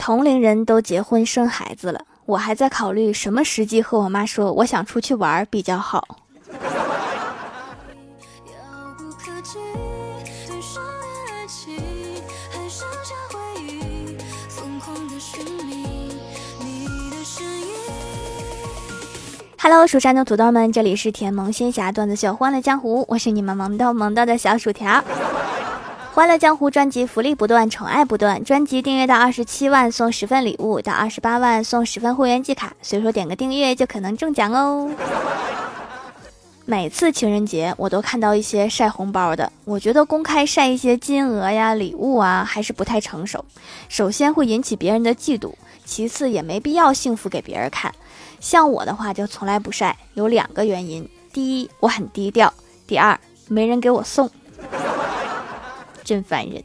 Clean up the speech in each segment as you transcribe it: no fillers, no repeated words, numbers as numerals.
同龄人都结婚生孩子了，我还在考虑什么时机和我妈说我想出去玩比较好。Hello， 蜀山的土豆们，这里是甜萌仙侠段子秀欢乐江湖，我是你们萌豆的小薯条。欢乐江湖专辑福利不断，宠爱不断，专辑订阅到27万送10份礼物，到28万送10份会员季卡，所以说点个订阅就可能中奖哦。每次情人节我都看到一些晒红包的，我觉得公开晒一些金额呀礼物啊还是不太成熟，首先会引起别人的嫉妒，其次也没必要幸福给别人看。像我的话就从来不晒，有2个原因，第一我很低调，第二没人给我送，真烦人。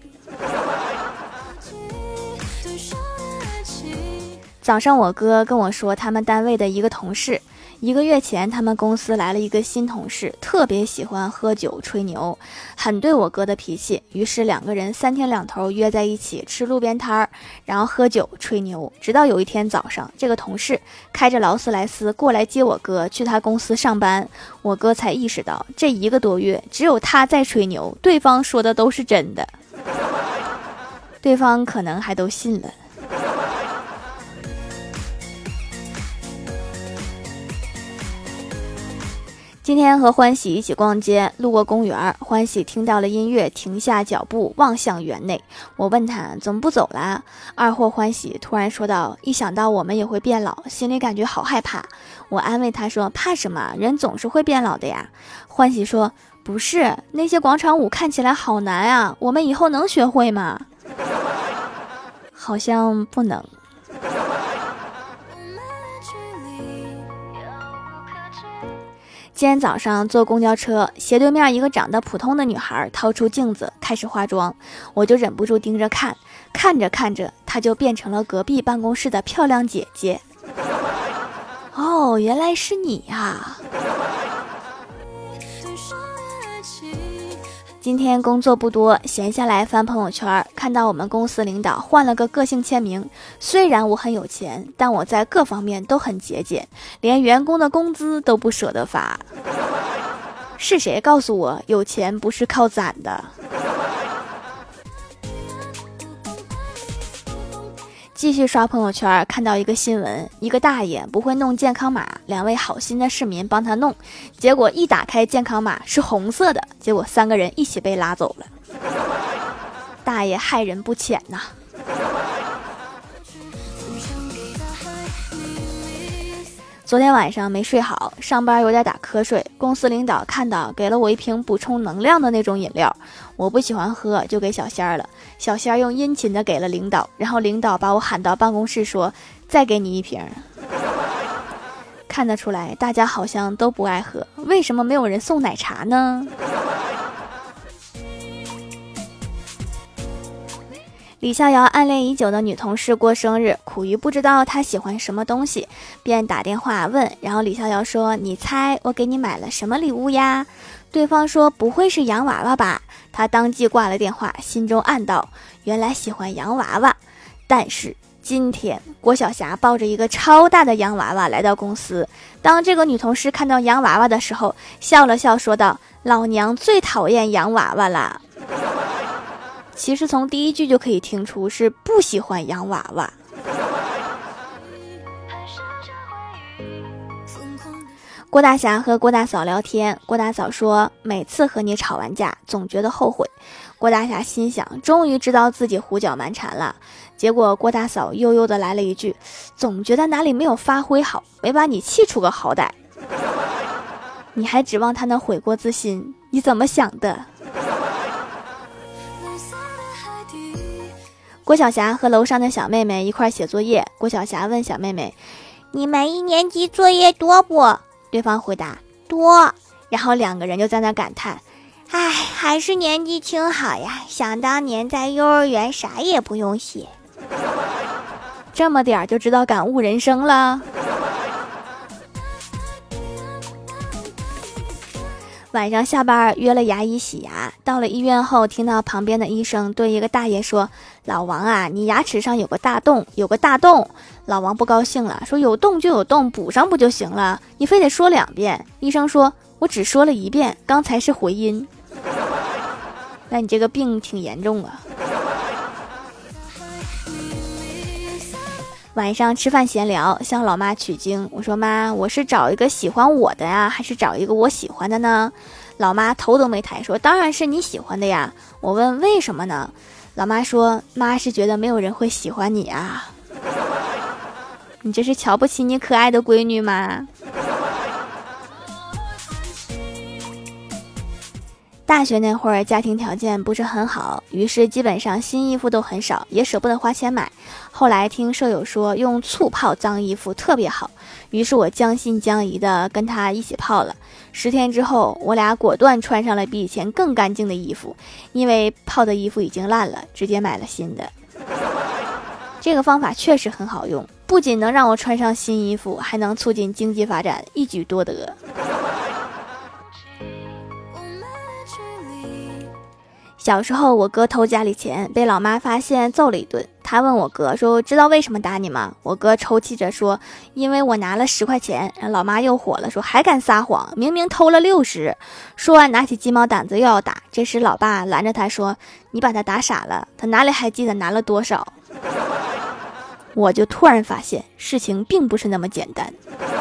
早上我哥跟我说他们单位的一个同事，1个月前他们公司来了一个新同事，特别喜欢喝酒吹牛，很对我哥的脾气，于是2个人3天2头约在一起吃路边摊儿，然后喝酒吹牛，直到有一天早上，这个同事开着劳斯莱斯过来接我哥去他公司上班，我哥才意识到这1个多月只有他在吹牛，对方说的都是真的，对方可能还都信了。今天和欢喜一起逛街，路过公园，欢喜听到了音乐，停下脚步望向园内。我问他怎么不走啦？二货欢喜突然说道，一想到我们也会变老，心里感觉好害怕。我安慰他说，怕什么，人总是会变老的呀。欢喜说，不是，那些广场舞看起来好难啊，我们以后能学会吗？好像不能。今天早上坐公交车，斜对面一个长得普通的女孩掏出镜子开始化妆，我就忍不住盯着看，看着看着她就变成了隔壁办公室的漂亮姐姐。哦，原来是你呀。今天工作不多，闲下来翻朋友圈，看到我们公司领导换了个个性签名，虽然我很有钱，但我在各方面都很节俭，连员工的工资都不舍得发。是谁告诉我有钱不是靠攒的？继续刷朋友圈，看到一个新闻，一个大爷不会弄健康码，2位好心的市民帮他弄，结果一打开健康码是红色的，结果3个人一起被拉走了。大爷害人不浅呐。昨天晚上没睡好，上班有点打瞌睡，公司领导看到给了我一瓶补充能量的那种饮料，我不喜欢喝，就给小仙儿了。小仙儿用殷勤的给了领导，然后领导把我喊到办公室说，再给你一瓶。看得出来大家好像都不爱喝，为什么没有人送奶茶呢？李逍遥暗恋已久的女同事过生日，苦于不知道她喜欢什么东西，便打电话问，然后李逍遥说，你猜我给你买了什么礼物呀？对方说，不会是洋娃娃吧？他当即挂了电话，心中暗道，原来喜欢洋娃娃。但是今天郭晓霞抱着一个超大的洋娃娃来到公司，当这个女同事看到洋娃娃的时候，笑了笑说道，老娘最讨厌洋娃娃啦。其实从第一句就可以听出是不喜欢洋娃娃。郭大侠和郭大嫂聊天，郭大嫂说，每次和你吵完架总觉得后悔。郭大侠心想，终于知道自己胡搅蛮缠了。结果郭大嫂悠悠的来了一句，总觉得哪里没有发挥好，没把你气出个好歹。你还指望他能悔过自新，你怎么想的？郭晓霞和楼上的小妹妹一块写作业，郭晓霞问小妹妹，你们1年级作业多不？对方回答，多。然后2个人就在那感叹，哎，还是年纪轻好呀，想当年在幼儿园啥也不用写。这么点就知道感悟人生了。 晚上下班约了牙医洗牙，到了医院后，听到旁边的医生对一个大爷说：“老王啊，你牙齿上有个大洞，有个大洞。”老王不高兴了，说：“有洞就有洞，补上不就行了？你非得说2遍。”医生说：“我只说了1遍，刚才是回音。”那你这个病挺严重啊。晚上吃饭闲聊，向老妈取经，我说：“妈，我是找一个喜欢我的呀，还是找一个我喜欢的呢？”老妈头都没抬说：“当然是你喜欢的呀。”我问：“为什么呢？”老妈说：“妈是觉得没有人会喜欢你啊。”你这是瞧不起你可爱的闺女吗？大学那会儿家庭条件不是很好，于是基本上新衣服都很少，也舍不得花钱买。后来听舍友说用醋泡脏衣服特别好，于是我将信将疑的跟他一起泡了。10天之后，我俩果断穿上了比以前更干净的衣服，因为泡的衣服已经烂了，直接买了新的。这个方法确实很好用，不仅能让我穿上新衣服，还能促进经济发展，一举多得。小时候我哥偷家里钱，被老妈发现揍了一顿。他问我哥说：“知道为什么打你吗？”我哥抽泣着说：“因为我拿了10块钱。”老妈又火了，说：“还敢撒谎，明明偷了60。”说完拿起鸡毛掸子又要打。这时老爸拦着他说：“你把他打傻了，他哪里还记得拿了多少？”我就突然发现事情并不是那么简单。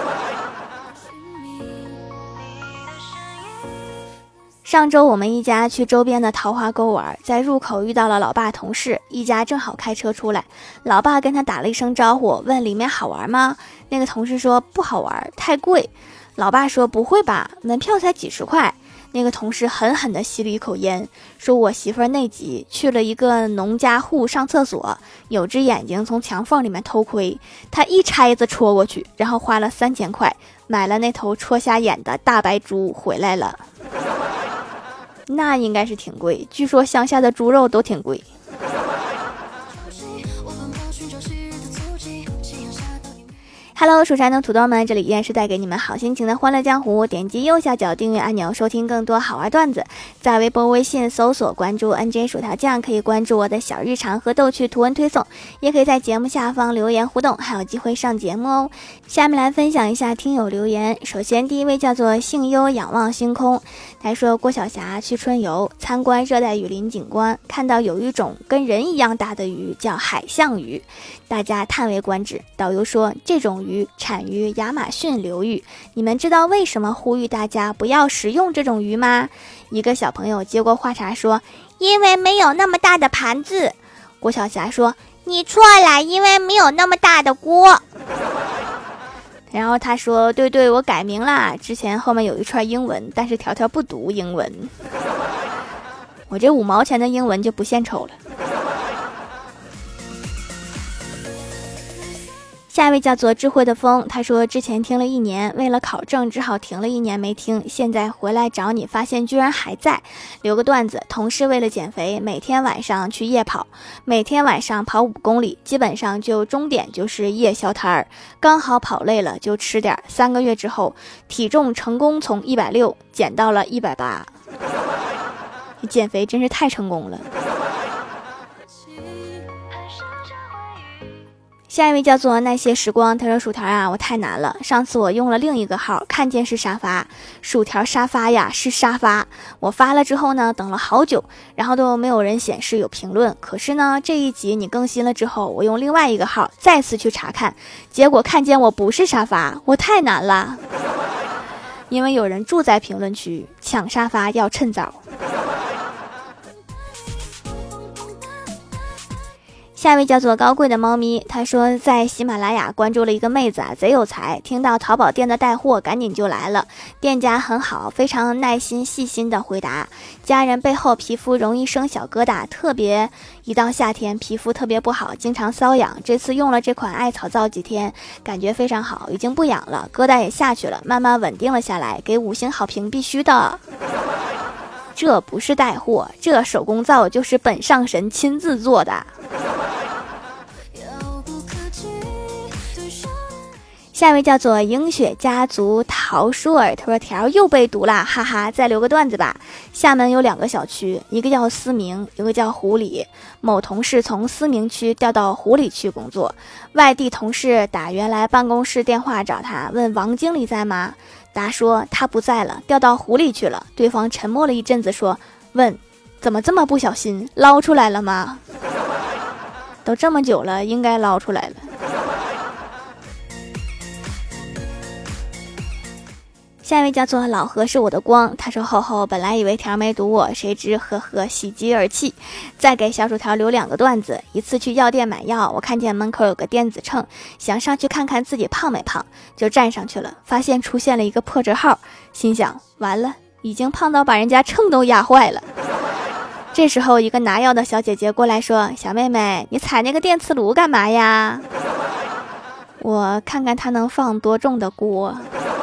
上周我们一家去周边的桃花沟玩，在入口遇到了老爸同事，一家正好开车出来，老爸跟他打了一声招呼，问里面好玩吗？那个同事说不好玩，太贵。老爸说不会吧，门票才几十块。那个同事狠狠地吸了一口烟，说我媳妇儿内急，去了一个农家户上厕所，有只眼睛从墙缝里面偷窥，他一拆子戳过去，然后花了3000块买了那头戳瞎眼的大白猪回来了。那应该是挺贵，据说乡下的猪肉都挺贵。Hello， 蜀山的土豆们，这里依然是带给你们好心情的欢乐江湖。点击右下角订阅按钮，收听更多好玩段子。在微博、微信搜索关注 NJ 薯条酱，可以关注我的小日常和逗趣图文推送，也可以在节目下方留言互动，还有机会上节目哦。下面来分享一下听友留言。首先第一位叫做幸优仰望星空，他说郭晓霞去春游，参观热带雨林景观，看到有一种跟人一样大的鱼叫海象鱼，大家叹为观止。导游说这种鱼产于亚马逊流域，你们知道为什么呼吁大家不要食用这种鱼吗？一个小朋友接过话茬说，因为没有那么大的盘子。郭晓霞说，你错了，因为没有那么大的锅。然后他说，对对，我改名啦，之前后面有一串英文，但是条条不读英文。我这5毛钱的英文就不献丑了。下一位叫做智慧的风，他说之前听了1年，为了考证只好停了1年没听，现在回来找你，发现居然还在。留个段子，同事为了减肥，每天晚上去夜跑，每天晚上跑5公里，基本上就终点就是夜宵摊儿，刚好跑累了就吃点。3个月之后，体重成功从160减到了180。你减肥真是太成功了。下一位叫做那些时光，他说薯条啊，我太难了，上次我用了另一个号，看见是沙发，薯条沙发呀是沙发，我发了之后呢，等了好久，然后都没有人显示有评论，可是呢这一集你更新了之后，我用另外一个号再次去查看，结果看见我不是沙发，我太难了，因为有人住在评论区，抢沙发要趁早。下一位叫做高贵的猫咪，他说在喜马拉雅关注了一个妹子啊，贼有才，听到淘宝店的带货赶紧就来了，店家很好，非常耐心细心的回答，家人背后皮肤容易生小疙瘩，特别一到夏天皮肤特别不好，经常瘙痒，这次用了这款艾草皂几天，感觉非常好，已经不痒了，疙瘩也下去了，慢慢稳定了下来，给5星好评必须的。这不是带货，这手工皂就是本上神亲自做的。 下一位叫做映雪家族陶舒尔，他说条又被读了，哈哈，再留个段子吧。厦门有2个小区，一个叫思明，一个叫湖里。某同事从思明区调到湖里区工作，外地同事打原来办公室电话找他，问王经理在吗？答说他不在了，调到湖里去了。对方沉默了一阵子说，问怎么这么不小心，捞出来了吗？都这么久了，应该捞出来了。下一位叫做老何是我的光，他说吼，本来以为条没读我，谁知呵呵，喜极而泣。再给小薯条留2个段子。一次去药店买药，我看见门口有个电子秤，想上去看看自己胖没胖，就站上去了，发现出现了一个破折号，心想完了，已经胖到把人家秤都压坏了。这时候一个拿药的小姐姐过来说，小妹妹，你踩那个电磁炉干嘛呀？我看看它能放多重的锅。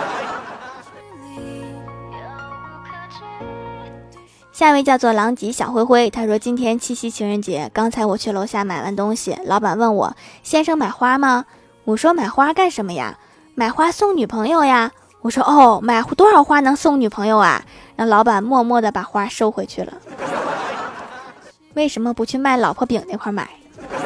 下一位叫做狼藉小灰灰，他说今天7夕情人节，刚才我去楼下买完东西，老板问我，先生买花吗？我说买花干什么呀？买花送女朋友呀。我说哦，买多少花能送女朋友啊？让老板默默地把花收回去了。为什么不去卖老婆饼那块买？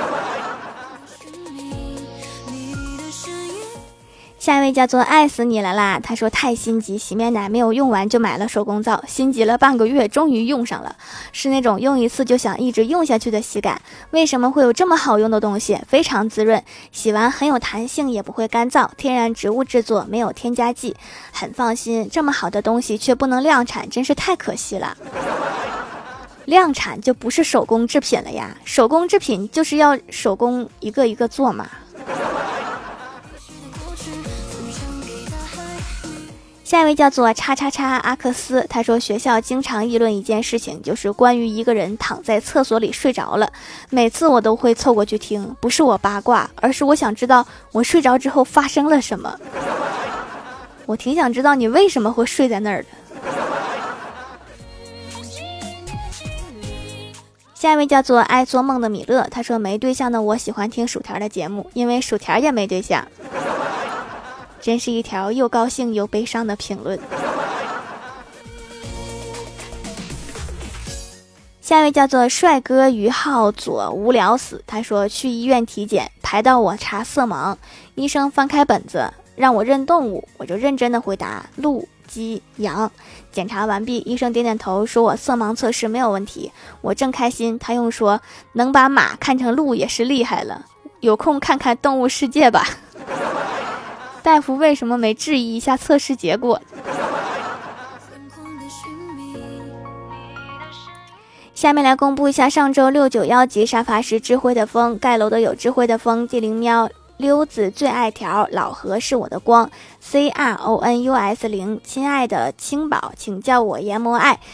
下一位叫做爱死你了啦，他说太心急，洗面奶没有用完就买了手工皂，心急了半个月终于用上了，是那种用一次就想一直用下去的洗感。为什么会有这么好用的东西？非常滋润，洗完很有弹性，也不会干燥，天然植物制作，没有添加剂，很放心。这么好的东西却不能量产，真是太可惜了。量产就不是手工制品了呀，手工制品就是要手工一个一个做嘛。下一位叫做叉叉叉阿克斯，他说学校经常议论一件事情，就是关于一个人躺在厕所里睡着了，每次我都会凑过去听，不是我八卦，而是我想知道我睡着之后发生了什么。我挺想知道你为什么会睡在那儿的。下一位叫做爱做梦的米勒，他说没对象的我喜欢听薯条的节目，因为薯条也没对象。真是一条又高兴又悲伤的评论。下一位叫做帅哥于浩左无聊死，他说去医院体检，排到我查色盲，医生翻开本子让我认动物，我就认真的回答鹿鸡羊。检查完毕，医生点点头说我色盲测试没有问题，我正开心，他又说能把马看成鹿也是厉害了，有空看看动物世界吧。大夫为什么没质疑一下测试结果？下面来公布一下上周6、9、1级沙发是智慧的风，盖楼的有智慧的风，地灵喵，溜子最爱条，老何是我的光 CRONUS0， 亲爱的青宝请叫我研磨爱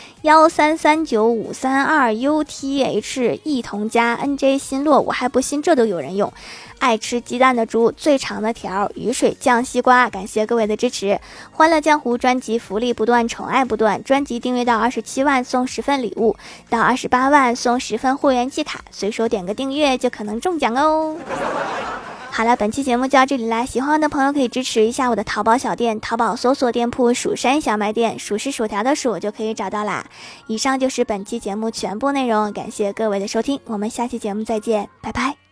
1339532UTH 一同加 NJ 新洛，我还不信这都有人用。爱吃鸡蛋的猪，最长的条，雨水酱西瓜，感谢各位的支持。欢乐江湖专辑福利不断，宠爱不断，专辑订阅到27万送10份礼物，到28万送10份会员季卡，随手点个订阅就可能中奖哦。好了，本期节目就到这里啦，喜欢的朋友可以支持一下我的淘宝小店，淘宝搜索店铺蜀山小卖店，蜀是薯条的蜀就可以找到啦。以上就是本期节目全部内容，感谢各位的收听，我们下期节目再见，拜拜。